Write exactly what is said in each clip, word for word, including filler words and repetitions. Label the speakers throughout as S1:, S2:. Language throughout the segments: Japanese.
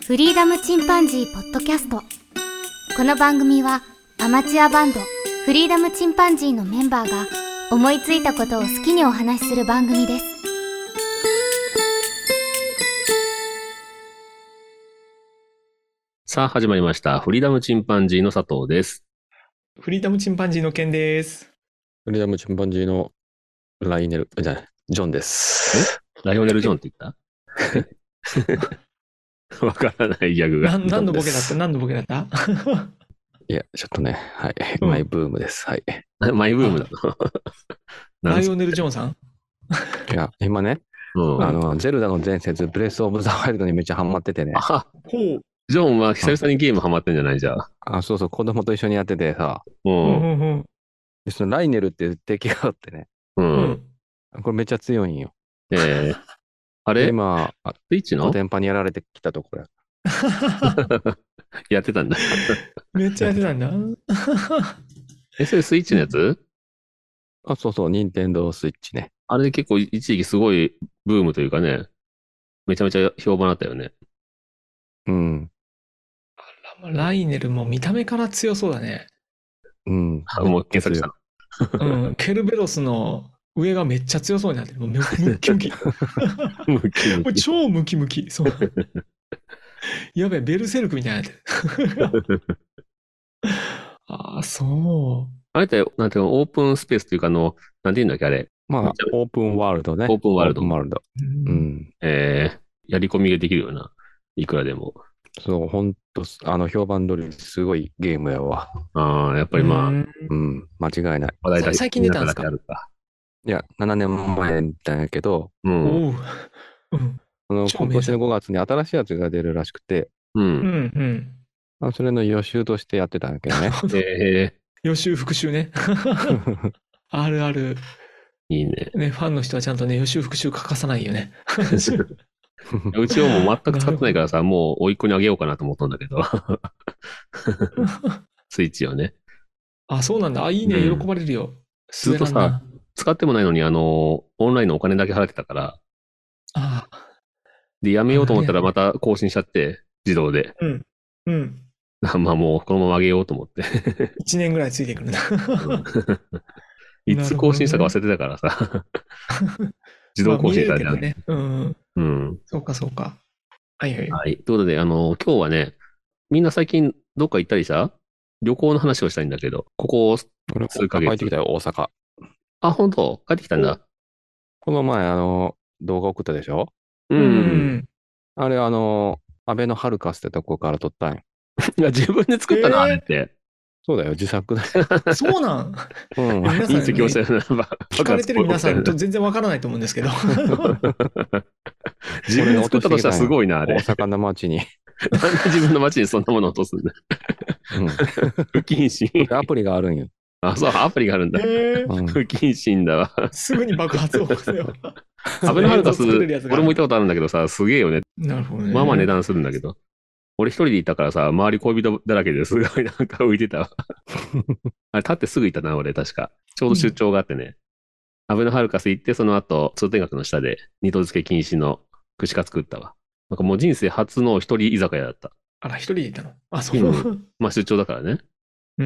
S1: フリーダムチンパンジーポッドキャスト。この番組はアマチュアバンドフリーダムチンパンジーのメンバーが思いついたことを好きにお話しする番組です。
S2: さあ始まりました。フリーダムチンパンジーの佐藤です。
S3: フリーダムチンパンジーのケンです。
S4: フリーダムチンパンジーのライネル、じゃない、ジョンです。
S2: ライオネル・ジョンって言ったわからないギャグが。
S3: な何のボケだった何のボケだった
S4: いや、ちょっとね、はい、うん、マイブームです。はい。
S2: マイブームだ
S3: のライオネル・ジョンさん
S4: いや、今ね、うん、あの、ゼルダの伝説、ブレス・オブ・ザ・ワイルドにめっちゃハマっててね。
S2: あ、ほう。ジョンは久々にゲームハマってんじゃないじゃあ。
S4: あ、そうそう、子供と一緒にやっててさ。
S2: うん。
S4: でそのライネルっていう敵があってね。
S2: うん。
S4: これめっちゃ強いんよ。
S2: ええー。あれ
S4: 今、
S2: スイッチの
S4: コテンパにやられてきたところ
S2: や。やってたんだ。
S3: めっちゃやってたんだ。
S2: え、それスイッチのやつ？
S4: あ、そうそう、ニンテンドースイッチね。
S2: あれ結構一時期すごいブームというかね、めちゃめちゃ評判だったよね。
S4: うん。
S3: ライネルも見た目から強そうだね。
S4: うん。
S2: もう検索した
S3: の。うん。ケルベロスの上がめっちゃ強そうになってる。もうムッキムキ。
S2: ムキムキ。
S3: 超ムキムキ。そう。やべえ、ベルセルクみたいになってる。ああ、そう。
S2: あれって、なんていうの、オープンスペースっていうか、あの、なんていうんだっけ、あれ。
S4: まあ、オープンワールドね。
S2: オープンワールド。
S4: オープンワールド。うん。
S2: えー、やり込みができるような。いくらでも。
S4: そう、ほんと、あの、評判通りすごいゲームやわ。
S2: ああ、やっぱりまあ、
S4: うん、間違いない。
S3: 話題最近出たんですか？
S4: いや、ななねんまえだけど、
S2: うん。
S3: うん、
S4: この今年のごがつに新しいやつが出るらしくて、
S2: うん。うん
S3: うん
S4: まあ、それの予習としてやってたんだけどね。
S2: えー、
S3: 予習復習ね。あるある。
S2: いいね。
S3: ね、ファンの人はちゃんとね、予習復習欠かさないよね。
S2: うちはもう全く使ってないからさ、もう甥っ子にあげようかなと思ったんだけど。スイッチをね。
S3: あ、そうなんだ。あ、いいね。うん、喜ばれるよ。
S2: ずっとさ、使ってもないのに、あの、オンラインのお金だけ払ってたから。
S3: ああ。
S2: で、やめようと思ったらまた更新しちゃって、自動で。
S3: うん。うん。
S2: まあもう、このままあげようと思って。
S3: いちねんぐらいついてくるな。
S2: いつ更新したか忘れてたからさ。自動更新された
S3: ね。うん。
S2: うん。
S3: そうか、そうか。はいはい。
S2: はい。ということで、あの、今日はね、みんな最近どっか行ったりした旅行の話をしたいんだけど、ここ数ヶ月。
S4: 帰ってきたよ、大阪。
S2: あ、本当？帰ってきたんだ。
S4: この前、あの、動画送ったでしょ？
S2: うん。うん、
S4: あれ、あの、安倍のハルカスってとこから撮ったんよ。
S2: いや、自分で作ったの、あれって。
S4: そうだよ、自作だ
S3: よ。そうなん
S4: うん。
S3: 皆さん、ね、聞かれてる皆さんと全然わからないと思うんですけど。
S2: 自分で作ったとしたらすごいな、あれ。
S4: 大阪の街に。
S2: なんで自分の街にそんなものを落とすんだ。うん。不謹慎。
S4: アプリがあるんよ。
S2: あ、そう、アプリがあるんだ。不謹慎だわ。
S3: すぐに爆発を起こすよ。
S2: 安倍のハルカス、俺も行ったことあるんだけどさ、すげえよね。
S3: なるほどね。
S2: まあまあ値段するんだけど。俺一人で行ったからさ、周り恋人だらけですごいなんか浮いてたわ。あれ、立ってすぐ行ったな、俺、確か。ちょうど出張があってね。アベノハルカス行って、その後、通天閣の下で、二度漬け禁止の串カツ食ったわ。なんかもう人生初の一人居酒屋だった。
S3: あら、一人で行ったの？あ、そう。
S2: うん、まあ出張だからね。
S3: うん。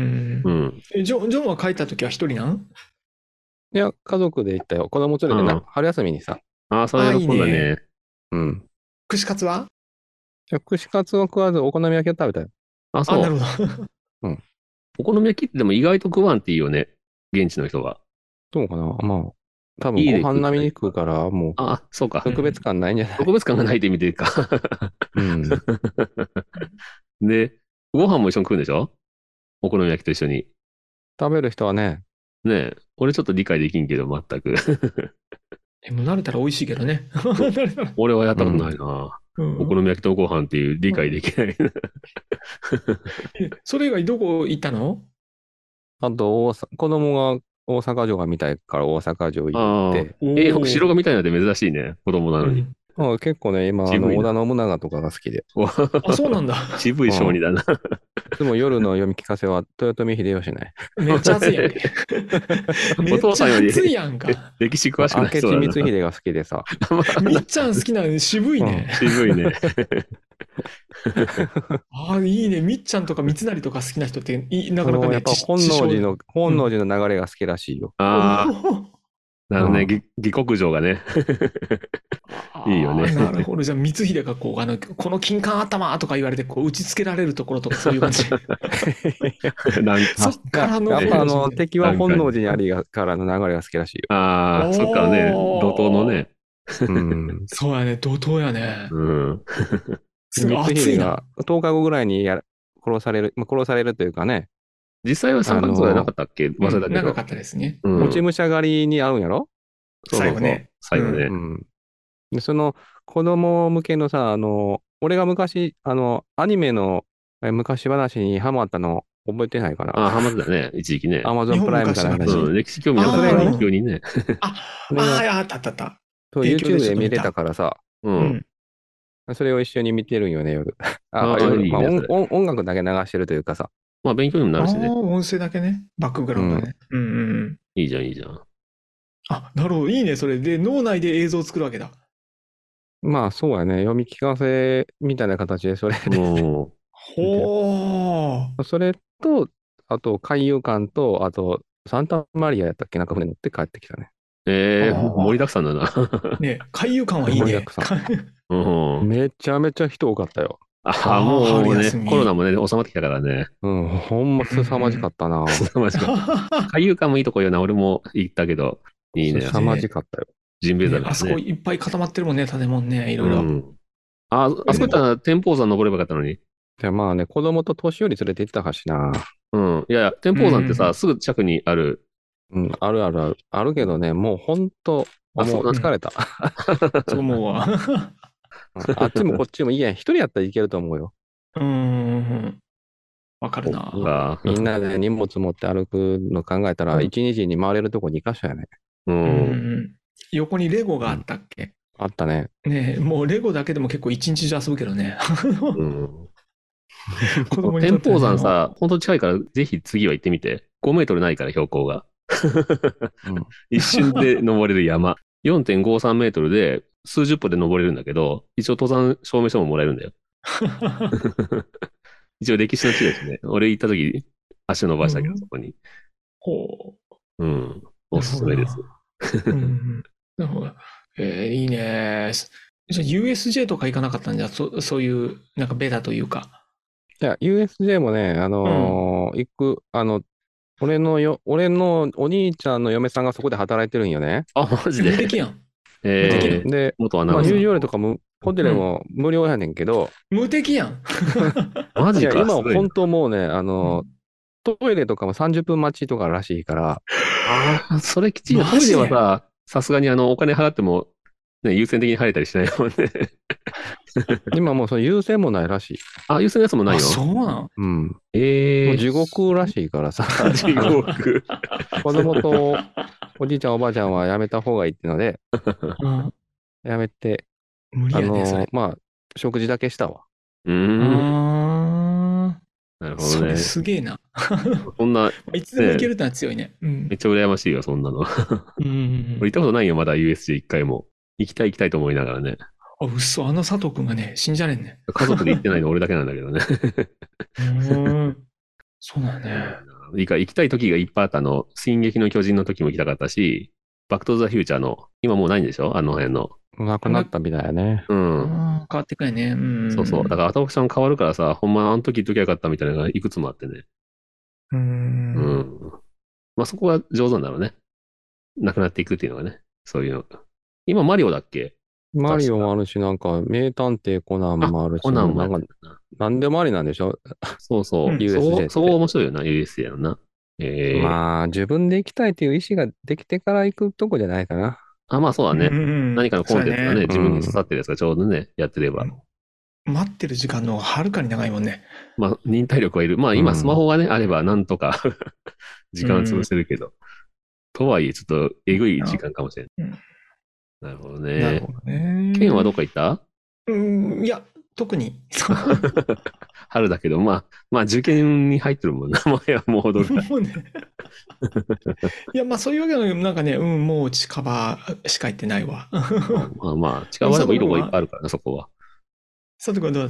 S3: うん。え、ジョン、ジョンは帰った時は一人なん？
S4: いや、家族で行ったよ。子供連れてな、春休みにさ。
S2: ああ、それ喜んだね。
S4: うん。
S3: 串カツは？
S4: 串カツを食わずお好み焼きを食べたよ。
S2: あ、そう。
S3: あ、なるほど。
S4: うん。
S2: お好み焼きってでも意外と食わんっていいよね。現地の人は。
S4: そうかな。まあ、多分ご飯並みに食うから、もう。
S2: あ、そうか。
S4: 特別感ないんじゃない？
S2: 特別感がないって意味でいいか。
S4: うん。
S2: で、ご飯も一緒に食うんでしょ？お好み焼きと一緒に。
S4: 食べる人はね。
S2: ねえ。俺ちょっと理解できんけど、全く。
S3: え、もう慣れたら美味しいけどね。
S2: 俺はやったことないな。うん、お好み焼きとご飯っていう理解できない。
S3: それ以外どこ行ったの？
S4: あと大阪、子供が大阪城が見たいから大阪城行って。
S2: えー、城が見たいなんて珍しいね。子供なのに。
S4: うん、あ結構ね、今、あの織田信長とかが好きで。
S3: あ、そうなんだ。
S2: 渋い小児だな。
S4: いつも夜の読み聞かせは豊臣秀吉ね。
S3: めっちゃ熱いやんけ。
S2: お父さんより
S3: 熱いやんか。
S2: 歴史詳しくない人だな。
S4: 明智光秀が好きでさ。
S3: みっちゃん好きなの渋いね。
S2: 渋いね。
S3: ああ、いいね。みっちゃんとか三成とか好きな人ってい、なかなかね、
S4: やっぱ本能寺の、本能寺の流れが好きらしいよ。
S2: ああ、なるほどね。ぎ下克上がね。いいよね。
S3: なるほど。じゃあ、光秀がこう、あの、この金冠頭とか言われて、こう、打ちつけられるところとか、そういう感じ。
S2: なん
S3: そっからの。
S4: やっぱあの、敵は本能寺にありがからの流れが好きらしいよ。
S2: ああ、そっかね。怒涛のね。
S4: うん。
S3: そうやね。怒涛やね。
S2: うん。
S4: 光秀がとおかごぐらいにや殺される、まあ、殺されるというかね。
S2: 実際はさんかげつぐらいなかったっけ？忘れたけど。
S3: 長かったですね。
S4: 落ち武者狩りに遭うんやろ？
S3: 最後ね。
S2: 最後ね。
S4: で、その子供向けのさ、あの、俺が昔、あの、アニメの昔話にハマったの覚えてないかな。
S2: ああ、ハマってたね、一時期ね。
S4: アマゾンプライムから
S2: ね。うん、歴史興味なかったら急にね。
S3: あ、ああ、あったあったあった。
S4: そう、YouTube で見れたからさ。
S2: うん。
S4: それを一緒に見てるんよね、夜。ああ、夜。まあ音、音楽だけ流してるというかさ。
S2: まあ、勉強にもなるしね。
S3: 音声だけね。バックグラウンドね。うんうんうん。
S2: いいじゃん、いいじゃん。
S3: あ、なるほど。いいね、それ。で、脳内で映像を作るわけだ。
S4: まあ、そうやね。読み聞かせみたいな形で、それで。
S3: ほー。
S4: それと、あと、海遊館と、あと、サンタマリアやったっけ？なんか船乗って帰ってきたね。
S2: ええー、盛りだくさんだな。
S3: ね、海遊館はいいね。盛りだくさ
S4: ん。めちゃめちゃ人多かったよ。
S2: ああ、もうね、コロナもね、収まってきたからね。
S4: うん、ほんま凄まじかったな。
S2: 凄まじかった。海遊館もいいとこよな、俺も行ったけど。いいね。
S4: 凄まじかったよ。
S2: ジンベエザメ、
S3: あそこいっぱい固まってるもんね、建物ね、いろいろ。
S2: あ、あそこ行ったら天保山登ればよかったのに。
S4: いや、まあね、子供と年寄り連れて行ったかしな。
S2: うん。いやいや、天保山ってさ、すぐ近くにある。
S4: うん、あるあるある。あるけどね、もうほんと、もう疲れた。
S3: そう思うわ。
S4: あっちもこっちもいいやん。一人やったらいけると思うよ。
S3: うん。わかるな。
S4: みんなで荷物持って歩くの考えたら、一日に回れるとこにか所やね。
S3: うん。横にレゴがあったっけ？
S4: あったね。
S3: ねえ、もうレゴだけでも結構一日中遊ぶけどね。
S2: うん。天保山さ、ほんと近いから、ぜひ次は行ってみて。ごメートルないから、標高が。一瞬で登れる山。よんてんごさんメートルで、数十歩で登れるんだけど、一応登山証明書ももらえるんだよ。一応歴史の地ですね。俺行った時、足を伸ばしたけど、そこに。
S3: ほ
S2: う。うん。おすすめです。
S3: なるほど。えー、いいね。じゃあ ユーエスジェー とか行かなかったんじゃ、そそういう、なんかベタというか。
S4: いや、ユーエスジェー もね、あのー、行く、あの、俺のよ、俺のお兄ちゃんの嫁さんがそこで働いてるんよね。
S2: あ、マジで。
S3: 無敵やん。
S4: えー、で、
S2: 元アナウンサー。
S4: まあ、入場料とかも、ホテルも無料やねんけど。
S3: 無敵やん。
S2: マジか。
S4: 今本当もうね、あの、トイレとかもさんじゅっぷん待ちとからしいから。
S2: ああ、それきちいな。トイレはさ、さすがにあの、お金払っても、ね、優先的に入れたりしないもんね。
S4: 今もうその優先もないらしい。
S2: あ、優先のやつもないよ。
S3: そうなん
S4: うん。
S2: ええー。
S4: もう地獄らしいからさ。
S2: 地獄。
S4: 子供とおじいちゃんおばあちゃんはやめた方がいいってので、うん、やめて、
S3: 無理やね、
S4: あの
S3: それ。
S4: まあ、食事だけしたわ。
S2: うーん。なるほどね。
S3: それすげえな。
S2: そんな、
S3: いつでも行けるってのは強いね。うん、
S2: めっちゃ羨ましいよ、そんなの。俺行ったことないよ、まだ ユーエスジェー 一回も。行きたい行きたいと思いながらね。
S3: あ、嘘、あの佐藤くんがね、死んじゃねんね。
S2: 家族で行ってないの俺だけなんだけどね。
S3: うん。そうだね。
S2: いいか、行きたい時がいっぱいあったの。進撃の巨人の時も行きたかったし、バックトゥザフューチャーの、今もうないんでしょ？あの辺の。
S4: なくなったみたいやね。
S2: うん。
S3: 変わってくるね。うん。
S2: そうそう。だから、アトラクション変わるからさ、ほんまあの時行っときゃよかったみたいなのがいくつもあってね。
S3: うん。
S2: うん。まあそこが上手なんだろうね。なくなっていくっていうのがね。そういうの。今、マリオだっけ？
S4: マリオもあるし、なんか、名探偵コナンもあるし、
S2: コナンもある
S4: な。なんでもありなんでしょ？
S2: そうそう。ユーエスジェー そこ面白いよな、ユーエスジェー のな。
S4: えー、まあ、自分で行きたいという意思ができてから行くとこじゃないかな。
S2: あ、まあそうだね。何かのコンテンツがね、自分に刺さってるやつがちょうどね、やってれば。
S3: 待ってる時間の方がはるかに長いもんね。
S2: まあ、忍耐力はいる。まあ今、スマホがね、あればなんとか時間潰せるけど。とはいえ、ちょっと、えぐい時間かもしれない。なるほどね。
S3: なるほどね。
S2: ケンはどっか行った？
S3: うん、いや、特に。
S2: 春だけど、まあ、まあ受験に入ってるもんな。もうや、もう踊る。
S3: もうね。いや、まあそういうわけの、なんかね、うん、もう近場しか行ってないわ。
S2: まあまあ、近場でもいいとこいっぱいあるからな、そこは。
S3: 佐藤君どうだ？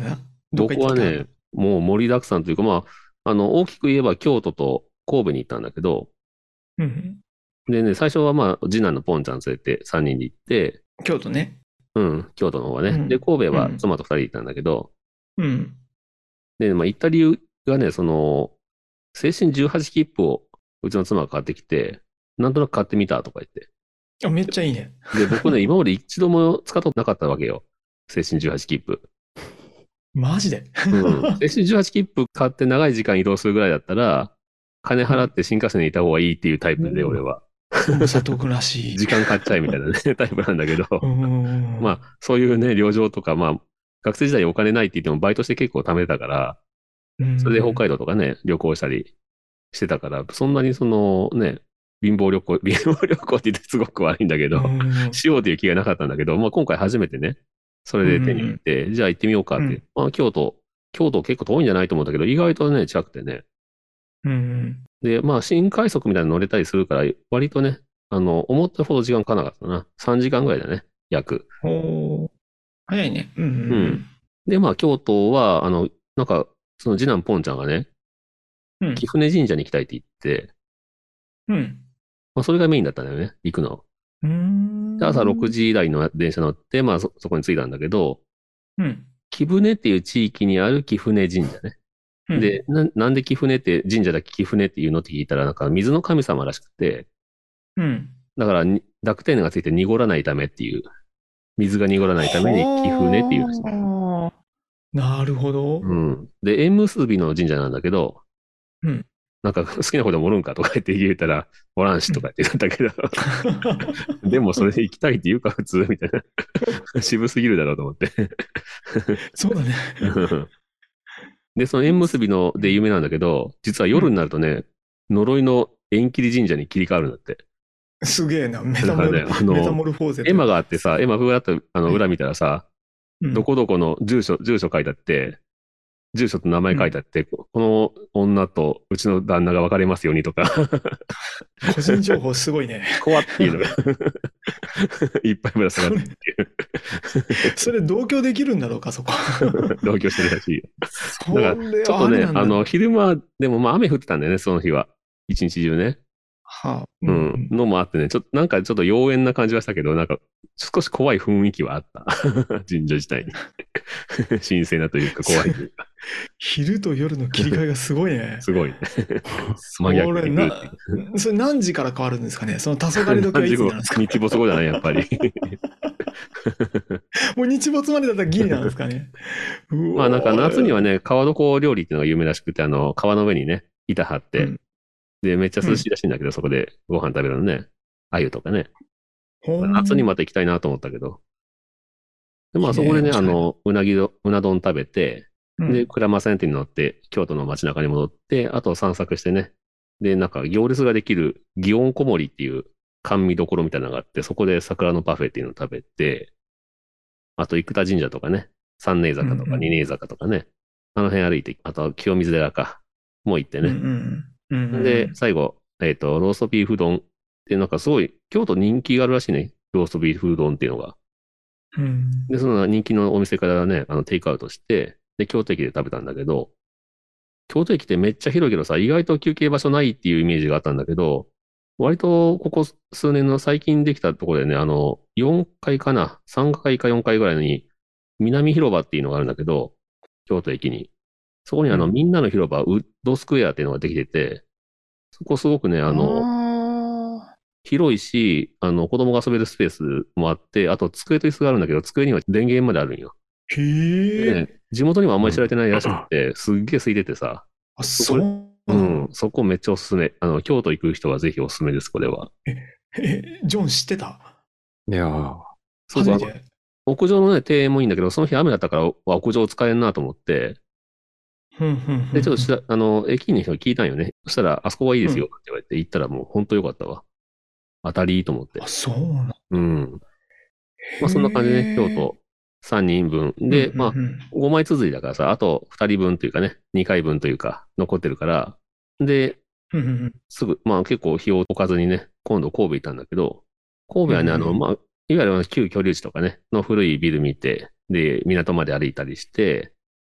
S3: どっか
S2: 僕は
S3: 行ったことある？
S2: ね、もう盛りだくさんというか、まあ、あの、大きく言えば京都と神戸に行ったんだけど、
S3: うん。
S2: でね、最初はまあ、次男のポンちゃん連れてさんにんで行って、
S3: 京都ね。
S2: うん、京都の方はね。で、
S3: うん。
S2: 神戸
S3: うん。
S2: は妻とふたりで行ったんだけど、
S3: うん。
S2: で、まあ、行った理由がね、その、青春じゅうはち切符をうちの妻が買ってきて、なんとなく買ってみたとか言って。
S3: あ、めっちゃいいね。
S2: で、僕ね、今まで一度も使ったことなかったわけよ。青春じゅうはち切符。
S3: マジで。
S2: うん。青春じゅうはち切符買って長い時間移動するぐらいだったら、金払って新幹線にいた方がいいっていうタイプで、俺は。
S3: もう佐藤君らしい。
S2: 時間買っちゃえみたいなね、タイプなんだけど。
S3: うん
S2: まあ、そういうね、旅情とか、まあ、学生時代お金ないって言ってもバイトして結構貯めてたから、それで北海道とかね、旅行したりしてたから、そんなにそのね、貧乏旅行、貧乏旅行って言ってすごく悪いんだけど、
S3: うん
S2: しようという気がなかったんだけど、まあ今回初めてね、それで手に入れて、じゃあ行ってみようかって。
S3: うん
S2: まあ京都、京都結構遠いんじゃないと思うんだけど、意外とね、近くてね。
S3: うん
S2: で、まあ新快速みたいなの乗れたりするから、割とね、あの、思ったほど時間かかなかったな。さんじかんぐらいだね、約。
S3: おー早いね。うんうん
S2: う
S3: うんん。
S2: で、まあ京都は、あの、なんか、その次男ポンちゃんがね、
S3: うん
S2: 貴船神社に行きたいって言って、
S3: うん。
S2: まあそれがメインだったんだよね、行くの。
S3: うーん。
S2: で、朝ろくじ台の電車乗って、まあそ、そこに着いたんだけど、
S3: うん。
S2: 貴船っていう地域にある貴船神社ね。
S3: うん、
S2: で、な、なんで貴船って神社だけ貴船っていうのって聞いたら、なんか水の神様らしくて、
S3: うん。
S2: だからに濁点がついて濁らないためっていう、水が濁らないために貴船っていうらしい。
S3: はあ。なるほど。
S2: うん。で、縁結びの神社なんだけど、
S3: うん。
S2: なんか好きな子でもおるんかとか言って言ったら、おらんしとか言ってたんだけど、でもそれで行きたいって言うか普通みたいな。渋すぎるだろうと思って。
S3: そうだね。
S2: で、その縁結びので有名なんだけど、実は夜になるとね、呪いの縁切り神社に切り替わるんだって。
S3: すげえな。メタ
S2: だからね、
S3: モル、
S2: あ
S3: メタ
S2: の、
S3: モルフォーゼ
S2: 絵馬があってさ、絵馬ふわっとあの裏見たらさ、
S3: うん
S2: どこどこの住所、住所書いてあって、住所と名前書いてあって、この女とうちの旦那が別れますようにとか、
S3: 個人情報すごいね。
S2: 怖っていうのがいっぱいぶら下がってるっていう
S3: それ同居できるんだろうか、そこ。
S2: 同居してるらしいよ。
S3: それ
S2: だから、ちょっとね、
S3: ありなんだ
S2: あの、昼間、でもまあ雨降ってたんだよね、その日は。一日中ね。
S3: はあ、
S2: う
S3: うん
S2: ん。のもあってね、ちょっと、なんかちょっと妖艶な感じはしたけど、なんか、少し怖い雰囲気はあった。神社自体に。神聖なというか、怖いというか。
S3: 昼と夜の切り替えがすごいね。
S2: すごいね。
S3: そ
S2: 真逆
S3: れ
S2: に行くって
S3: な、それ何時から変わるんですかね。その黄昏時はいつになるんですか。
S2: 日没後じゃない、やっぱり。
S3: もう日没までだったらギリなんですかね。
S2: まあなんか夏には
S3: ね、
S2: ね、川床料理っていうのが有名らしくて、あの、川の上にね、板張って、
S3: うん
S2: で、めっちゃ涼しいらしいんだけど、そこでご飯食べるのね。鮎とかね。
S3: ほー
S2: 夏にまた行きたいなと思ったけど。で、まあそこでね、
S3: いいね
S2: あの、うなぎど、うな丼食べて、
S3: うん
S2: で、鞍馬線店に乗って、京都の街中に戻って、あと散策してね。で、なんか行列ができる、祇園こもりっていう甘味どころみたいなのがあって、そこで桜のパフェっていうのを食べて、あと生田神社とかね、三名坂とか
S3: うんうん
S2: 二名坂とかね、あの辺歩いて、あと清水寺か、もう行って
S3: うんう
S2: ね。
S3: んうんうん
S2: で、最後、えっと、ローストビーフ丼って、なんかすごい、京都人気があるらしいね。ローストビーフ丼っていうのが。
S3: うん
S2: で、その人気のお店からね、あの、テイクアウトして、で、京都駅で食べたんだけど、京都駅ってめっちゃ広いけどさ、意外と休憩場所ないっていうイメージがあったんだけど、割とここ数年の最近できたところでね、あの、よんかいかな、さんがいかよんかいぐらいに、南広場っていうのがあるんだけど、京都駅に。そこにあの、
S3: うん
S2: みんなの広場、ウッドスクエアっていうのができてて、そこすごくね、あの、
S3: あ
S2: 広いし、あの、子供が遊べるスペースもあって、あと机と椅子があるんだけど、机には電源まであるんよ。
S3: ーへえ。
S2: で、地元にはあんまり知られてないらしくて、すっげえ空いててさ、
S3: あ、
S2: そこで
S3: そう
S2: う
S3: なの。
S2: ん、そこめっちゃおすすめ。あの、京都行く人はぜひおすすめです、これは。
S3: え、ジョン知ってた？
S4: いやー、
S2: そうそう、
S3: 初めて。
S2: 屋上のね、庭園もいいんだけど、その日雨だったから、わ屋上使えんなと思って、
S3: ふんふんふん
S2: で、ちょっとしら、あの、駅員の人に聞いたんよね。そしたら、あそこはいいですよって言われて、行ったらもう本当よかったわ。当たりと思って
S3: あ、。そうなの。
S2: うん。まあそんな感じでね、京都さんにんぶん。で、まあ、
S3: うんうん
S2: ごまい綴りだからさ、あとふたりぶんというかね、にかいぶんというか、残ってるから、で、
S3: うんうんうん
S2: すぐ、まあ結構日を置かずにね、今度神戸行ったんだけど、神戸はね、あの、
S3: うんうん
S2: まあ、いわゆる旧居留地とかね、の古いビル見て、で、港まで歩いたりして、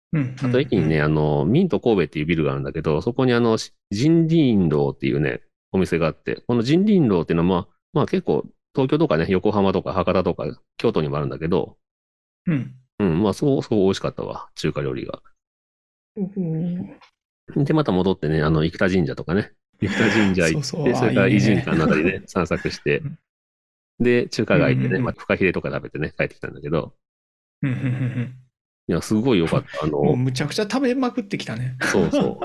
S3: うん。
S2: あと駅にね、あの、ミント神戸っていうビルがあるんだけど、そこにあの、し人林楼っていうね、お店があって、この人林楼っていうのは、まあ、まあ結構、東京とかね、横浜とか博多とか、京都にもあるんだけど、
S3: うん。
S2: うん、まあ、そう、そう美味しかったわ、中華料理が。
S3: うん
S2: で、また戻ってね、あの、生田神社とかね、生田神社行って、
S3: そうそう
S2: それから
S3: あいいね
S2: 偉人館のあたりね、散策して
S3: うん、
S2: で、中華街行ってね、
S3: うんうんうん
S2: またフカヒレとか食べてね、帰ってきたんだけど、
S3: うんうんうんうん
S2: いや、すごい良かった。あ
S3: もう
S2: の、
S3: むちゃくちゃ食べまくってきたね。
S2: そうそう。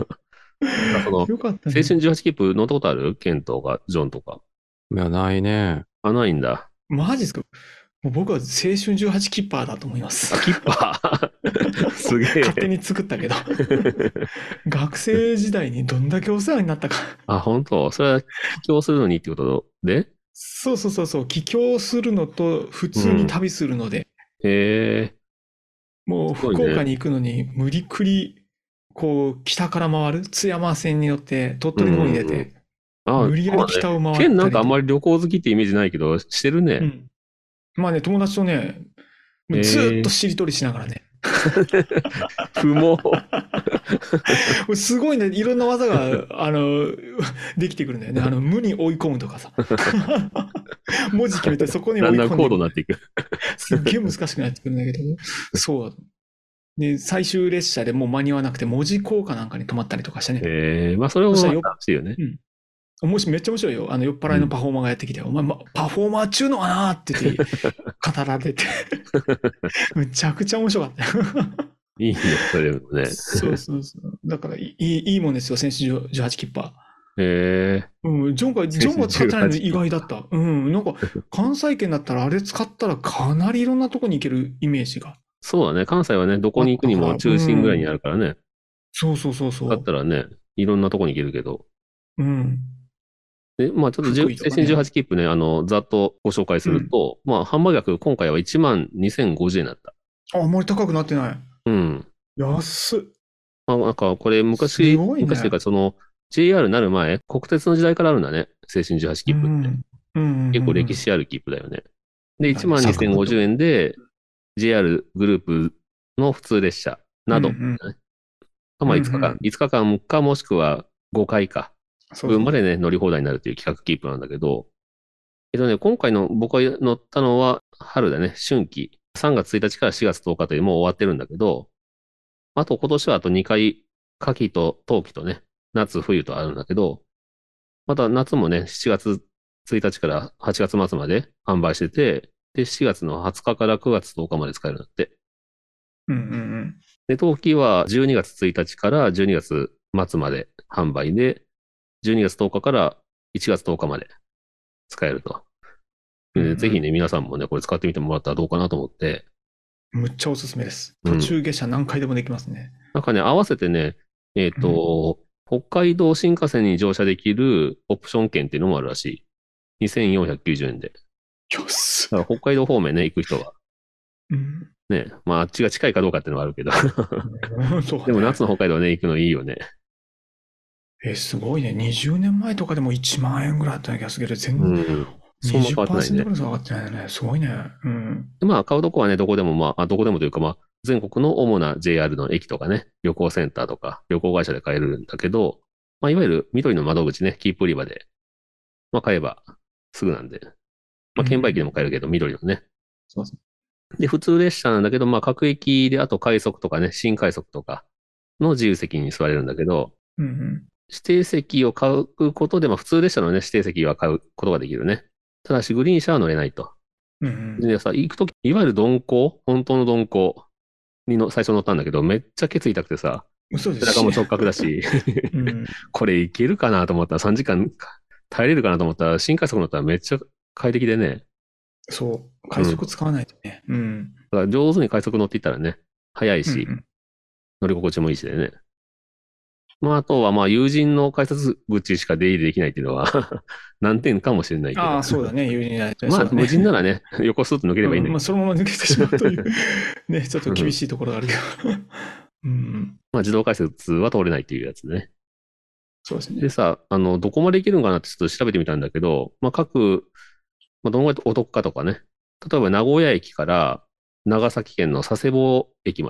S2: なんかその、
S3: よかったね。
S2: 青春じゅうはち切符乗ったことあるケントが、ジョンとか。
S4: いや、ないね。
S2: あ、ないんだ。
S3: マジですか？もう僕は青春じゅうはちキッパーだと思います。
S2: あ、キッパーすげえ。
S3: 勝手に作ったけど。学生時代にどんだけお世話になったか。
S2: あ、本当それは、帰郷するのにってことで
S3: そうそうそうそう、帰郷するのと普通に旅するので、
S2: へえ。
S3: もう
S2: すごいね
S3: 福岡に行くのに無理くり、こう、北から回る津山線に乗って鳥取の方に出
S2: うんうん
S3: て、
S2: あ、
S3: 無理やり北を回ったりと。
S2: ケンなんかあんまり旅行好きってイメージないけど、してるね。
S3: うん。まあね、友達とね、もうずーっとしりとりしながらね。
S2: 不毛。
S3: もうすごいね、いろんな技が、あの、できてくるんだよね。あの、無に追い込むとかさ。文字決めてそこに追い込んで
S2: だんだん高度になっていく。
S3: すっげえ難しくなってくるんだけど、そうだ。で、最終列車でもう間に合わなくて、門司港かなんかに泊まったりとかしてね。
S2: へえ、まあそれも
S3: そしたらよ
S2: 楽しいよね。
S3: もしめっちゃ面白いよ。あの、酔っ払いのパフォーマーがやってきて、お前、ま、パフォーマー中のかなって言って、語られて。むちゃくちゃ面白かったよ。
S2: いいね、それもね。
S3: そうそうそう。だからいい、いいもんですよ、選手じゅうはちキッパー。
S2: へえ。
S3: うん、ジョンが、ジョンが使ってないの意外だった。うん、なんか、関西圏だったらあれ使ったらかなりいろんなとこに行けるイメージが。
S2: そうだね。関西はね、どこに行くにも中心ぐらいにあるからね。
S3: そうそうそうそう。
S2: だったらね、いろんなとこに行けるけど。
S3: うん。
S2: で、まあちょっとじゅう
S3: 福井とかね
S2: 青春じゅうはち切符ね、あの、ざっとご紹介すると、まあ販売額今回はいちまんにせんごじゅうえんだった。
S3: あ、あんまり高くなってない。
S2: うん。
S3: 安っ。
S2: まあなんかこれ昔、
S3: すごいね
S2: 昔というかその ジェイアール になる前、国鉄の時代からあるんだね。青春じゅうはち切符って。
S3: うん。うん。
S2: 結構歴史ある切符だよね。で、いちまんにせんごじゅうえんで ジェイアール グループの普通列車など、
S3: うんうん
S2: まあいつかかん、
S3: うん
S2: いつかかんかもしくはごかいか。
S3: そうそう
S2: 分までね、乗り放題になるという企画キープなんだけど、えっとね、今回の僕が乗ったのは春だね、春季。さんがつついたちからしがつとおかというもう終わってるんだけど、あと今年はあとにかい、夏季と冬季とね、夏、冬とあるんだけど、また夏もね、しちがつついたちからはちがつ末まで販売してて、で、しちがつのはつかからくがつとおかまで使えるんだって。
S3: うんうんうん。
S2: で、冬季はじゅうにがつついたちからじゅうにがつ末まで販売で、じゅうにがつとおかからいちがつとおかまで使えると。で
S3: うんうん
S2: ぜひね、皆さんもね、これ使ってみてもらったらどうかなと思って。
S3: むっちゃおすすめです。
S2: うん
S3: 途中下車何回でもできますね。
S2: なんかね、合わせてね、えっと、北海道新幹線に乗車できるオプション券っていうのもあるらしい。にせんよんひゃくきゅうじゅうえんで。
S3: 安っ。
S2: だから北海道方面ね、行く人は。
S3: うん。
S2: ね、まああっちが近いかどうかっていうのはあるけど。
S3: そうね
S2: でも夏の北海道ね、行くのいいよね。
S3: え、すごいね。にじゅうねんまえとかでもいちまん円ぐらいあったような気がするけど、全
S2: う
S3: 然
S2: ん。そんな変わってない
S3: にじゅっパーセント
S2: ね
S3: ぐらいしか上がってないよね。すごいね。うん。
S2: でまあ、買うとこはね、どこでも、まあ、あどこでもというか、まあ、全国の主な ジェイアール の駅とかね、旅行センターとか、旅行会社で買えるんだけど、まあ、いわゆる緑の窓口ね、キープ売り場で、まあ、買えばすぐなんで、まあ、券売機でも買えるけど、緑のね。
S3: そうそ
S2: で、普通列車なんだけど、まあ、各駅で、あと快速とかね、新快速とかの自由席に座れるんだけど、
S3: う。うんうん。
S2: 指定席を買うことで、まあ、普通列車のね、指定席は買うことができるね。ただし、グリーン車は乗れないと。
S3: うんうん。
S2: でさ、行くとき、いわゆる鈍行、本当の鈍行にの最初乗ったんだけど、めっちゃケツ痛くてさ、
S3: 嘘です
S2: 背中も直角だし、
S3: うん。
S2: これいけるかなと思ったらさんじかん耐えれるかなと思ったら、新快速乗ったらめっちゃ快適でね、
S3: そう。快速使わないとね。うん。
S2: だから上手に快速乗っていったらね、早いし、
S3: うんうん
S2: 乗り心地もいいしでね。まあ、あとはまあ、友人の改札口しか出入りできないっていうのは難点かもしれないけど。
S3: ああ、そうだね。友人だ
S2: まあ、
S3: そうだね
S2: 無人ならね、横スーッと抜ければいいんだけど
S3: うんまあ、そのまま抜けてしまうという、ね、ちょっと厳しいところがあるけど。うん。
S2: まあ、自動改札は通れないっていうやつね。
S3: そうですね
S2: で。さ、あの、どこまで行けるのかなってちょっと調べてみたんだけど、まあ、各、まあ、どのぐらいお得かとかね。例えば名古屋駅から長崎県の佐世保駅まで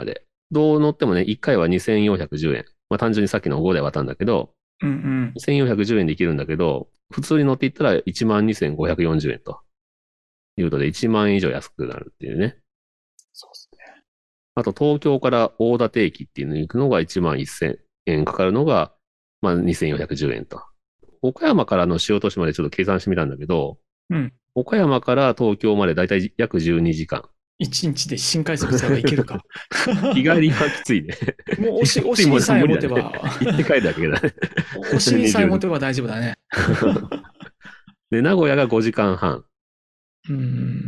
S2: どう乗ってもね、いっかいはにせんよんひゃくじゅうえん。まあ単純にさっきのごで割ったんだけど、
S3: うんうん。
S2: にせんよんひゃくじゅうえんで行けるんだけど、普通に乗っていったらいちまんにせんごひゃくよんじゅうえんということでいちまんえん以上安くなるっていうね。
S3: そうですね。
S2: あと東京から大館駅っていうのに行くのがいちまんせんえんかかるのが、まあにせんよんひゃくじゅうえんと。岡山からの塩都市までちょっと計算してみたんだけど、
S3: うん。
S2: 岡山から東京までだいたい約じゅうにじかん。
S3: 一日で新快速使えばいけるか。
S2: 日帰りはきついね。
S3: もうおし、お尻さえ持てば、
S2: 行って帰るだけだね。
S3: お尻さえ持てば大丈夫だね。
S2: で、名古屋がごじかんはん。
S3: うん。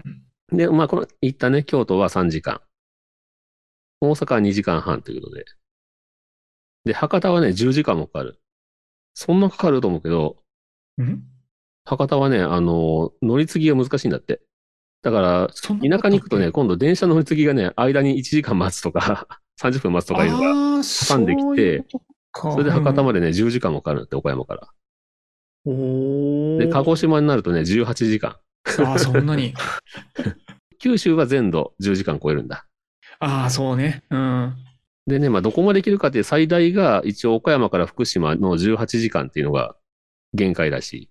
S2: で、まあ、この、行ったね、京都はさんじかん。大阪はにじかんはんということで。で、博多はね、じゅうじかんもかかる。そんなかかると思うけど、
S3: うん
S2: 博多はね、あの、乗り継ぎが難しいんだって。だから、
S3: そんな
S2: 田舎に行くとね、今度電車の乗り継ぎがね、間にいちじかん待つとか、さんじゅっぷん待つとかいうのが
S3: ああ、
S2: 挟んでき
S3: そういう
S2: て、
S3: ことか。
S2: それで博多ま
S3: で。
S2: でね、じゅうじかんもかかるんだって、岡山から。
S3: お
S2: で、鹿児
S3: ー。
S2: 島になるとね、じゅうはちじかん。
S3: ああ、そんなに。
S2: 九州は全土じゅうじかん超えるんだ。
S3: ああ、そうね。うん。
S2: でね、まあ、どこまで行けるかって最大が一応岡山から福島のじゅうはちじかんっていうのが限界らしい。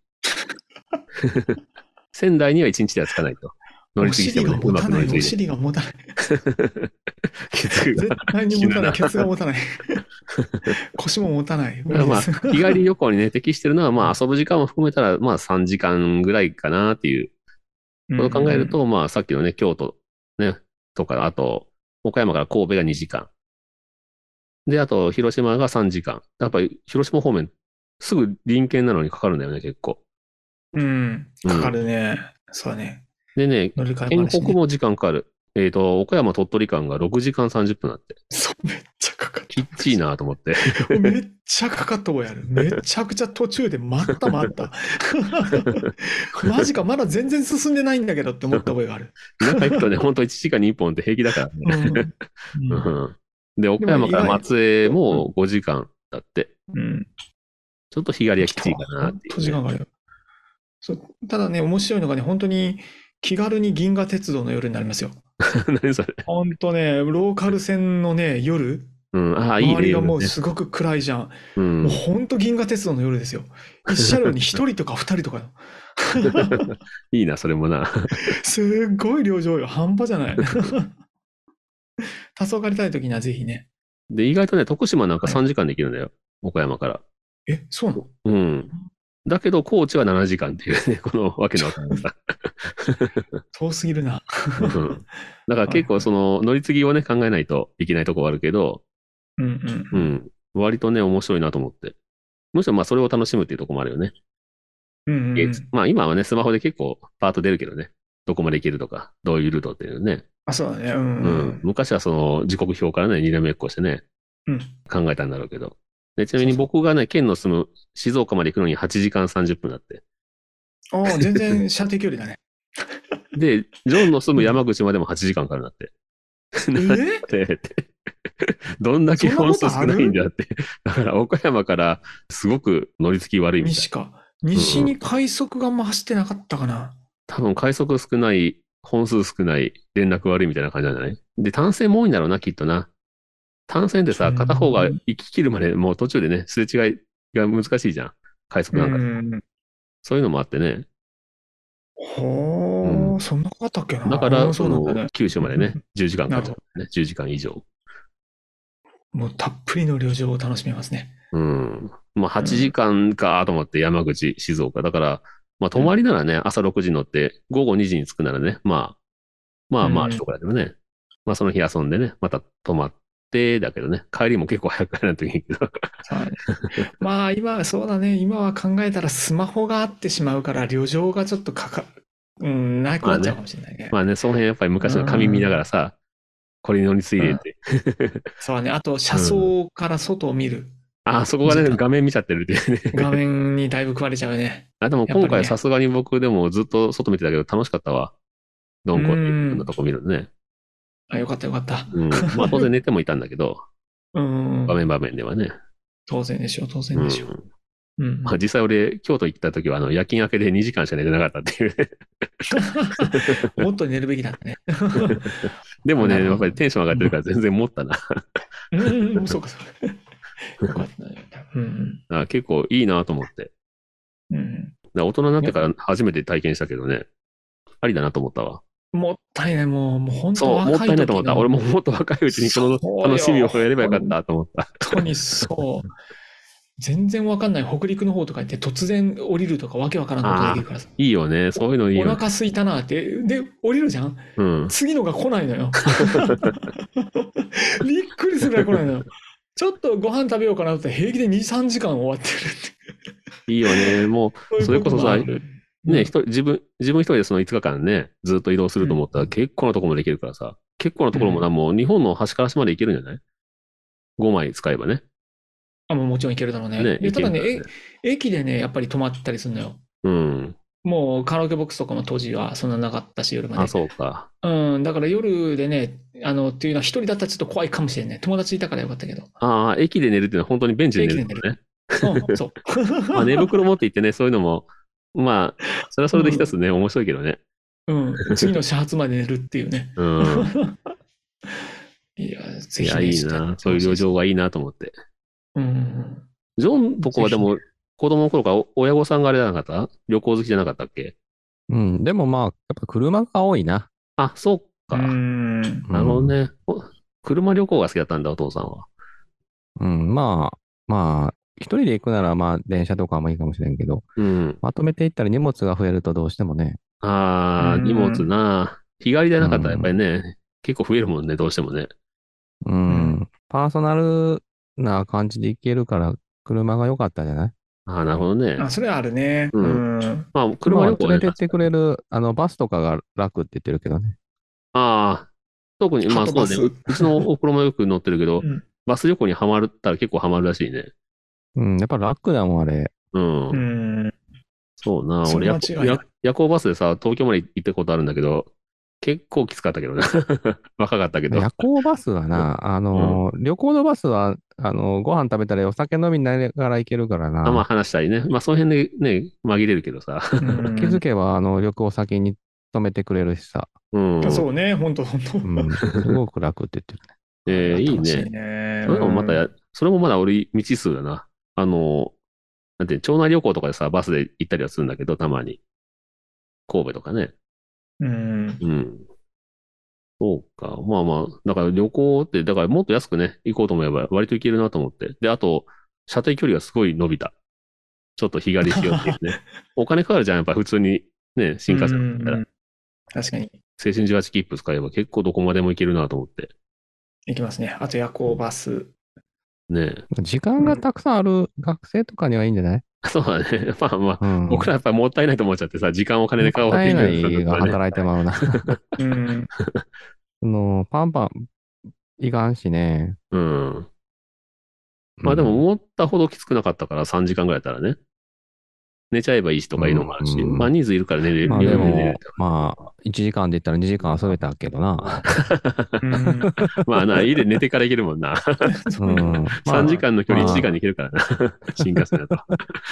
S2: 仙台にはいちにちではつかないと。乗り
S3: お
S2: 継ぎして
S3: 尻
S2: もね、うま
S3: が持たない。お
S2: く乗り継いで。
S3: 尻が持たない。
S2: ケツが
S3: 絶対に持たない。
S2: 死ぬな
S3: ケツが持たない。腰も持たない。無
S2: だからまあ、
S3: 理です。
S2: 日帰り旅行にね、適してるのは、まあ、遊ぶ時間も含めたら、まあ、さんじかんぐらいかなっていうことを考えると、まあ、さっきのね、京都、ね、とか、あと、岡山から神戸がにじかん。で、あと、広島がさんじかん。やっぱり、広島方面、すぐ隣県なのにかかるんだよね、結構。
S3: うん。かかるね。そうだね。
S2: でね、
S3: 乗り換え
S2: 県
S3: 話ね。
S2: 北も時間かかる。えっと、岡山鳥取間がろくじかんさんじゅっぷんだって。
S3: そう、めっちゃかかった。
S2: きっちいなと思って。
S3: めっちゃかかった覚えある。めちゃくちゃ途中で待った待った。マジか、まだ全然進んでないんだけどって思った覚えがある。
S2: 田舎行くとね、ほんといちじかんにいっぽんって平気だからね。
S3: うんうん
S2: うんで、岡山から松江もごじかんだって。
S3: うん。
S2: ちょっと日帰りはきついかなっていう、
S3: ほんと時間があるよ。そうただね、面白いのがね、本当に気軽に銀河鉄道の夜になりますよ。
S2: 何それ。
S3: 本当ね、ローカル線のね、夜、
S2: うん、ああ、いいね。
S3: 周りがもう
S2: 夜ね
S3: すごく暗いじゃん。
S2: うん
S3: もう。本当銀河鉄道の夜ですよ。一車両に一人とか二人とかの。
S2: いいな、それもな。
S3: すっごい量乗よ。半端じゃない。黄昏りたい時にはぜひね。
S2: で、意外とね、徳島なんか
S3: はい
S2: さんじかんできるんだよ。岡山から。
S3: え、そうなの
S2: うん。だけど、高知はななじかんっていうね、このわけのわかんないさ。
S3: 遠すぎるな。
S2: うんだから結構その乗り継ぎをね、考えないといけないとこはあるけど、
S3: うんうん
S2: う
S3: うん。
S2: ん。割とね、面白いなと思って。むしろまあそれを楽しむっていうところもあるよね。
S3: うんうんうん
S2: まあ今はね、スマホで結構パート出るけどね。どこまで行けるとか、どういうルートっていうね。
S3: あ、そうだね。うん
S2: う
S3: うんん。
S2: 昔はその時刻表からね、にらめっこしてね、
S3: うん
S2: 考えたんだろうけど。でちなみに僕がね、県の住む静岡まで行くのにはちじかんさんじゅっぷんだって。
S3: ああ、全然射程距離だね。
S2: で、ジョンの住む山口までもはちじかんかかるんだって。
S3: え
S2: ってどんだけ本数少
S3: そんなことある
S2: ないんだって。だから岡山からすごく乗り継ぎ悪いみたい。
S3: 西か。西に快速があんま走ってなかったかな。
S2: 多分快速少ない、本数少ない、連絡悪いみたいな感じなんじゃないで、単線も多いんだろうな、きっとな。単線でさ、
S3: うん
S2: 片方が行き切るまでもう途中でね、すれ違いが難しいじゃん。快速
S3: う
S2: なんか。
S3: ん。
S2: そういうのもあってね。
S3: ほー、そんなかかったっけな。
S2: だから、
S3: あー
S2: その
S3: そうなんだね。
S2: 九州までね、じゅうじかんか
S3: なるほ
S2: かる、ね。じゅうじかん以上。
S3: もうたっぷりの旅情を楽しめますね。
S2: うん。まあ、はちじかんかと思って山口、静岡。だから、まあ、泊まりならね、朝ろくじに乗って、午後にじに着くならね、まあ、まあまあ、
S3: うん
S2: 一緒だけどね。まあ、その日遊んでね、また泊まって、だけどね、帰りも結構早く帰らないといけないけど。
S3: そうだねまあ今、そうだね。今は考えたらスマホがあってしまうから、旅情がちょっとかか、うん、なくなっちゃうかもしれないね。
S2: まあね、その辺やっぱり昔の紙見ながらさ、これに乗り継いでって。
S3: そうだね。あと、車窓から外を見る。
S2: あ、そこがね、
S3: 時間
S2: 画面見ちゃってるっていうね。
S3: 画面にだいぶ食われちゃうね。
S2: あ、でも
S3: やっぱりね
S2: 今回さすがに僕でもずっと外見てたけど楽しかったわ。どんこっていろんなとこ見るのね。
S3: あ、よかったよかった。
S2: うん。まあ当然寝てもいたんだけど、
S3: うん
S2: 場。面場面ではね。
S3: 当然でしょう、当
S2: うん
S3: 然でしょう。うん。
S2: まあ実際俺、京都行った時はあの夜勤明けでにじかんしか寝てなかったっていうね。
S3: もっと寝るべきだったね。
S2: でもね、
S3: なるほど
S2: やっぱりテンション上がってるから全然持ったな。
S3: うん、そうか、そうか。よかったね。うん。
S2: あ結構いいなと思って。
S3: うん。
S2: だ大人になってから初めて体験したけどね、ありだなと思ったわ。
S3: もったいない、もう、もう本当
S2: そう、もった
S3: 若い時
S2: いないと思った。
S3: の
S2: 俺ももっと若いうちにこの
S3: そうよ
S2: 楽しみをやればよかったと思った。
S3: 本当にそう。全然わかんない。北陸の方とか行って突然降りるとかわけわからんことできるからさ。
S2: いいよね。そういうのいいよね。
S3: お腹空いたなって。で、降りるじゃん。
S2: うん。
S3: 次のが来ないのよ。びっくりするぐらい来ないのよ。ちょっとご飯食べようかなって平気でに、さんじかん終わってるって。
S2: いいよね。もう、それこそさ、ね、
S3: ね、
S2: 一人、自分、自分一人でそのいつかかんね、ずっと移動すると思ったら結構なところもできるからさ、結構なところもな、もう日本の端から端まで行けるんじゃない ?ご 枚使えばね。
S3: あ、もうもちろん行けるだろうね。
S2: ね
S3: でただね、
S2: ね
S3: え駅でね、やっぱり泊まったりするのよ。
S2: うん。
S3: もうカラオケボックスとかも当時はそんななかったし、夜まで。
S2: あ、そうか。
S3: うん、だから夜でね、あの、っていうのは一人だったらちょっと怖いかもしれない。友達いたからよかったけど。
S2: ああ、駅で寝るっていうのは本当にベンチで寝るんだよね。
S3: うん、そう。
S2: まあ寝袋持って行ってね、そういうのも、まあ、それはそれで一つね、面白いけどね。
S3: うん、次の始発まで寝るっていうね。
S2: うん。
S3: いや、ぜ
S2: いや、
S3: ひね、
S2: いいな。そういう旅情がいいなと思って。
S3: うん。
S2: ジョンとこはでも、子供の頃からお親御さんがあれじゃなかった旅行好きじゃなかったっけ
S4: うん。でもまあ、やっぱ車が多いな。
S2: あ、そう
S3: う
S2: か。
S3: ん。
S2: なるほどね。お車旅行が好きだったんだ、お父さんは。
S4: うん。まあ、まあ、一人で行くならまあ、電車とかもいいかもしれんけど、
S2: うん。
S4: まとめて行ったら荷物が増えるとどうしてもね。
S2: ああ、
S3: うん
S2: 荷物な。日帰りでなかったらやっぱりね、結構増えるもんね、どうしてもね。
S4: う
S3: うん
S4: ん。パーソナルな感じで行けるから、車が良かったんじゃない？
S2: ああ、なるほどね。
S3: あ、それはあるね。
S2: う
S3: うんん。
S2: まあ、
S4: 車
S2: 車旅行はね、
S4: は連れてってくれる、あの、バスとかが楽って言ってるけどね。
S2: ああ、特に、まあ
S3: はと
S2: そうね、
S3: バス
S2: ううちのお車もよく乗ってるけど、
S3: うん
S2: バス旅行にはまったら結構はまるらしいね。
S4: うん。やっぱ楽だもん、あれ。
S2: うん。
S3: うん。
S2: そうな。
S3: それ
S2: 俺夜行、
S3: 間違いない
S2: 夜夜行バスでさ、東京まで行ったことあるんだけど、結構きつかったけどね。若かったけど。
S4: 夜行バスはな、あの、旅行のバスは、あの、ご飯食べたりお酒飲みながら行けるから
S2: あまあ
S4: な。
S2: 話したりね。まあその辺でね、紛れるけどさ。
S3: うん
S4: 気づけば、あの、旅行先に止めてくれるしさ。
S2: うん。
S3: そうね、本当本当。
S4: うん。すごく楽って言ってるね。
S2: えーいい
S3: 楽しい
S2: ね。
S3: ね。
S2: それもまたや、
S3: うん
S2: それもまだ俺未知数だな。あの、なんていうの町内旅行とかでさ、バスで行ったりはするんだけど、たまに。神戸とかね。
S3: うん。
S2: うん。そうか。まあまあ、だから旅行って、だからもっと安くね、行こうと思えば割と行けるなと思って。で、あと、射程距離がすごい伸びた。ちょっと日帰りしようっていうね。お金かかるじゃん、やっぱ普通にね、新幹線だったら
S3: うん。確かに。
S2: 青春じゅうはち切符使えば結構どこまでも行けるなと思って。
S3: 行きますね。あと夜行バス。
S2: ね
S4: 時間がたくさんある学生とかにはいいんじゃない？
S2: そうだね。まあまあ、
S4: うん。
S2: 僕らやっぱりもったいないと思っちゃってさ、時間をお金で買おうって
S4: もったいな
S2: いう
S4: いが
S2: のね。
S4: 働いてまうな。
S3: うん。
S4: その、パンパン、いかんしね。
S2: うん。まあでも思ったほどきつくなかったからさんじかんぐらいだったらね。寝ちゃえばいいしとかいうのもあるし、
S4: うん
S2: まあ人数いるから寝れる。
S4: まあでも
S2: 夜寝れる、
S4: まあ、いちじかんで言ったらにじかん遊べたけどな。
S3: うん
S2: まあな、家で寝てから行けるもんな。
S3: そうね
S4: うん。ま
S2: さん
S4: あ
S2: じかんの距離
S4: まあ
S2: いちじかんで行けるからな。新幹線だと。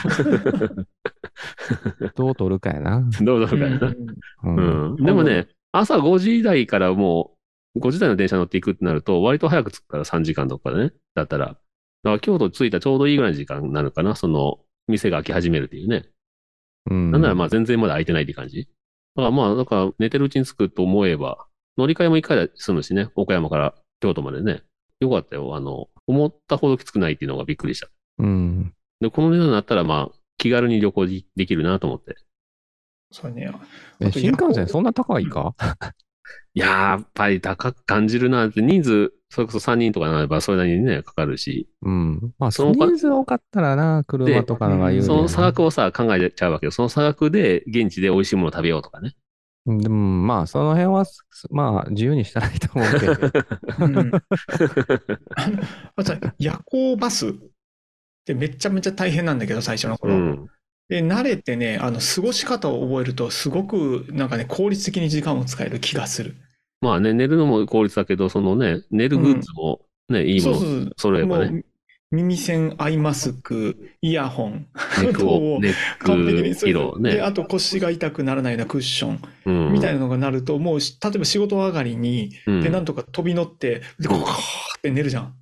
S4: どう取るかやな。
S2: どうぞかやな。
S4: う。
S2: うんん。でもね、朝ごじ台からもう、ごじ台の電車乗っていくってなると、割と早く着くからさんじかんとかね。だったら。だから京都着いたちょうどいいぐらいの時間になるかな。その、店が開き始めるっていうね。
S4: うん。
S2: なんならまあ全然まだ開いてないって感じ。だからまあ、だから寝てるうちに着くと思えば、乗り換えも一回で済むしね。岡山から京都までね。よかったよ。あの、思ったほどきつくないっていうのがびっくりした。
S4: うん。
S2: で、この値段になったらまあ、気軽に旅行できるなと思って。
S3: そうね。
S4: え新幹線そんな高いか？
S2: いやー、やっぱり高く感じるなって、人数、それこそさんにんとかなればそれなりにね、かかるし、
S4: うん。まあ、
S2: その
S4: 人数多かったらな、車とかのが有利
S2: そ
S4: やな
S2: の差額をさ、考えちゃうわけよ。その差額で現地で美味しいものを食べようとかね。
S4: でも、まあ、その辺は、まあ、自由にしたらいいと思うけど。
S3: うんあのあと夜行バスってめちゃめちゃ大変なんだけど、最初の
S2: う
S3: 頃。
S2: ん。
S3: で、慣れてね、あの、過ごし方を覚えると、すごく、なんかね、効率的に時間を使える気がする。
S2: まあね、寝るのも効率だけど、そのね、寝るグッズもね、いいもの
S3: そうそうそう。
S2: 揃えばね、
S3: もう耳栓、アイマスク、イヤホン、
S2: ネックを、ネ
S3: 完璧
S2: ック、
S3: にそういう
S2: 色
S3: で、
S2: ね。
S3: あと腰が痛くならないようなクッション
S2: うん。
S3: みたいなのがなると、もうし、例えば仕事上がりに、
S2: うん
S3: で、なんとか飛び乗って、で、こーって寝るじゃん。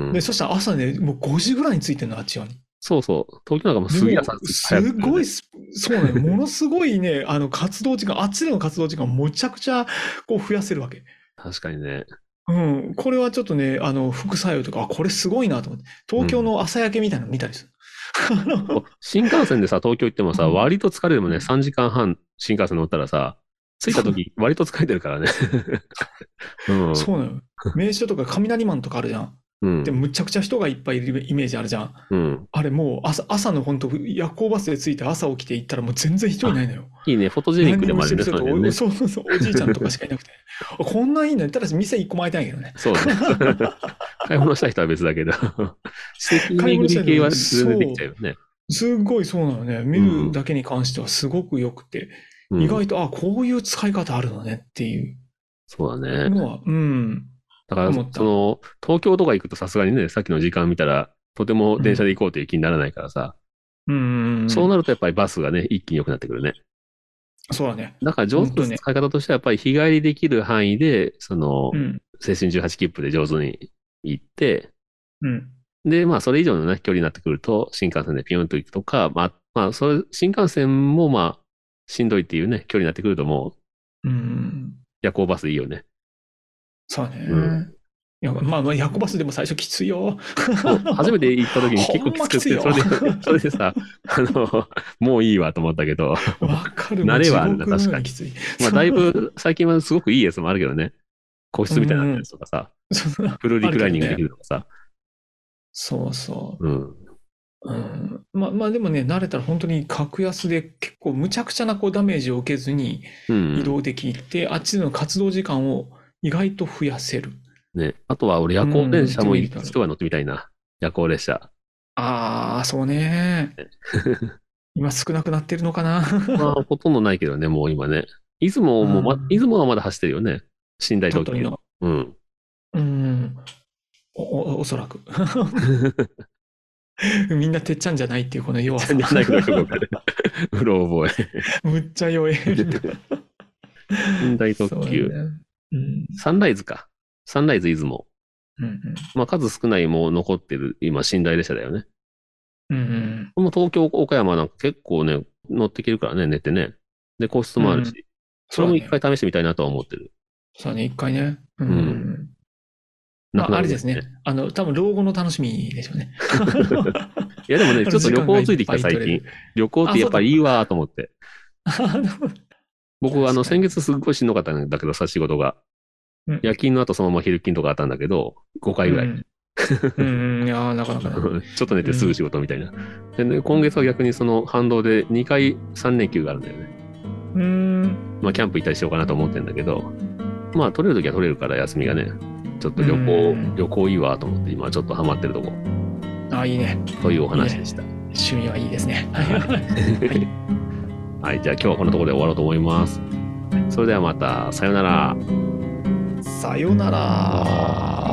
S2: うん
S3: で、。そしたら朝ね、もうごじぐらいに着いてんの、あっち側に。
S2: そうそう。東京なんかもうすげえ朝
S3: でもすごいス、そうなの、ものすごいね、あの、活動時間、あっちでの活動時間をむちゃくちゃ、こう、増やせるわけ。
S2: 確かにね。
S3: うん。これはちょっとね、あの、副作用とか、あ、これすごいなと思って。東京の朝焼けみたいなの見たりする。あの
S2: 新幹線でさ、東京行ってもさ、
S3: うん
S2: 割と疲れるもんね。さんじかんはん新幹線乗ったらさ、着いた時割と疲れてるからね。うん。
S3: そうなのよ。名所とか雷マンとかあるじゃん。
S2: うん
S3: で、むちゃくちゃ人がいっぱいいるイメージあるじゃん。
S2: うん。
S3: あれもう朝、朝の本当夜行バスで着いて朝起きて行ったらもう全然人いないのよ。
S2: いいね。フォトジェニックでもあるね。
S3: 何
S2: それね。
S3: もしてる人とおそうそうそう、おじいちゃんとかしかいなくて。あこんないいね。ただし店一個も開いてないけどね。
S2: そうね。買い物した人は別だけど。私的巡り系は全然できちゃうよね。
S3: すっごいそうなのね。見るだけに関してはすごく良くて、
S2: うん
S3: 意外と、あ、こういう使い方あるのねっていう
S2: そうだね。
S3: のは、うん。
S2: だから、
S3: 思った
S2: その、東京とか行くとさすがにね、さっきの時間見たら、とても電車で行こうという気にならないからさ、
S3: うん。
S2: そうなるとやっぱりバスがね、一気に良くなってくるね。
S3: そうだね。
S2: だから上手な使い方としては、やっぱり日帰りできる範囲で、その、青
S3: うん。
S2: 春じゅうはち切符で上手に行って、
S3: うん。
S2: で、まあ、それ以上のね、距離になってくると、新幹線でピュンと行くとか、まあ、まあ、それ、新幹線もまあ、しんどいっていうね、距離になってくるともう、
S3: うん。
S2: 夜行バスいいよね。
S3: そうね。
S2: うん
S3: いやまあまあ、夜行バスでも最初きついよ。
S2: そう初めて行った時に結構きつくて、
S3: ほんまきついよ
S2: それで、それでさ、あの、もういいわと思ったけど、
S3: わかる。
S2: 慣れはあるな
S3: もう地獄のよう
S2: 確かに
S3: きつい。
S2: まあ、だいぶ、最近はすごくいいやつもあるけどね。個室みたいになったやつとかさ、
S3: そう
S2: フルリクライニングできるとかさ。
S3: そうそう。
S2: うん。
S3: うん、まあまあでもね、慣れたら本当に格安で結構むちゃくちゃなこうダメージを受けずに
S2: うん。
S3: 移動できて、あっちでの活動時間を意外と増やせる。
S2: ね。あとは俺夜行電車も
S3: うん
S2: 一度は乗ってみたいな。夜行列車。
S3: ああ、そうね。今少なくなってるのかな。
S2: まあ、ほとんどないけどね、もう今ね。出雲も、ま
S3: うん、
S2: 出雲はまだ走ってるよね。寝台特急
S3: 鳥取の。
S2: うん。
S3: うん。お、お、おそらく。みんなてっちゃんじゃないっていうこの弱さ。
S2: じゃないけど、どこかで。うろ覚え。
S3: むっちゃ弱える。
S2: 寝台特急。
S3: そうだねうん。
S2: サンライズか。サンライズ出雲。
S3: うんうん。
S2: まあ、数少ないもう残ってる、今、寝台列車だよね。
S3: うんうん。
S2: この東京、岡山なんか結構ね、乗っていけるからね、寝てね。で、個室もあるし。
S3: うん
S2: それも一
S3: そうだね
S2: 回試してみたいなとは思ってる。
S3: そうだね、一回ね。うん。
S2: うん
S3: まあ、
S2: なくなる
S3: あれですね。あの、多分老後の楽しみでしょうね。
S2: いや、でもね、ちょっと旅行ついてきた最近。旅行ってやっぱりいいわと思って。
S3: あの
S2: 僕、あの、
S3: 確かに
S2: 先月すっごいしんどかったんだけどさ、仕事が。
S3: うん
S2: 夜勤の後そのまま昼勤とかあったんだけど、ごかいぐらい。
S3: うん、うん、いやーなかなかね。
S2: ちょっと寝てすぐ仕事みたいな。でね、今月は逆にその反動でにかいさん連休があるんだよね。
S3: うーん。
S2: まあ、キャンプ行ったりしようかなと思ってるんだけど、まあ、取れるときは取れるから休みがね、ちょっと旅
S3: う
S2: 行
S3: ん、
S2: 旅行いいわと思って今ちょっとハマってるとこ、
S3: あ、いいね。
S2: というお話でした。
S3: 趣味はいいですね。
S2: はい、じゃあ今日はこのところで終わろうと思います。それではまた、さよなら。
S3: さよなら。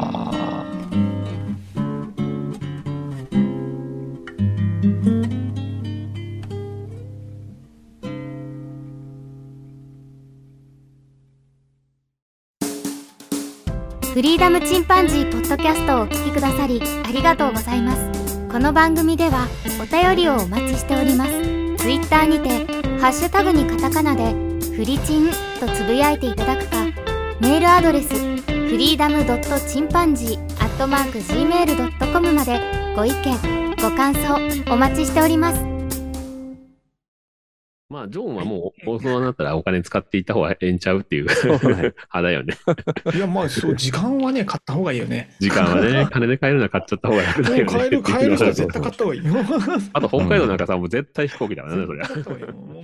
S1: フリーダムチンパンジーポッドキャストをお聞きくださりありがとうございます。この番組ではお便りをお待ちしております。ツイッターにてハッシュタグにカタカナでフリチンとつぶやいていただくか、メールアドレスフリーダムドットチンパンジーアットマークジーメールドットコムまでご意見ご感想お待ちしております。
S2: まあ、ジョンはもう、大人になったらお金使っていった方がええんちゃうっていう
S4: そうね
S2: 派だよね。
S3: いや、まあ、そう、時間はね、買った方がいいよね。
S2: 時間はね、金で買えるのは買っちゃった方が楽だよね。
S3: もう買える、買える人は絶対買った方がいいよ。
S2: あと、北海道なんかさ、もう絶対飛行機だからね、そりゃ。
S3: 買った方がいいよ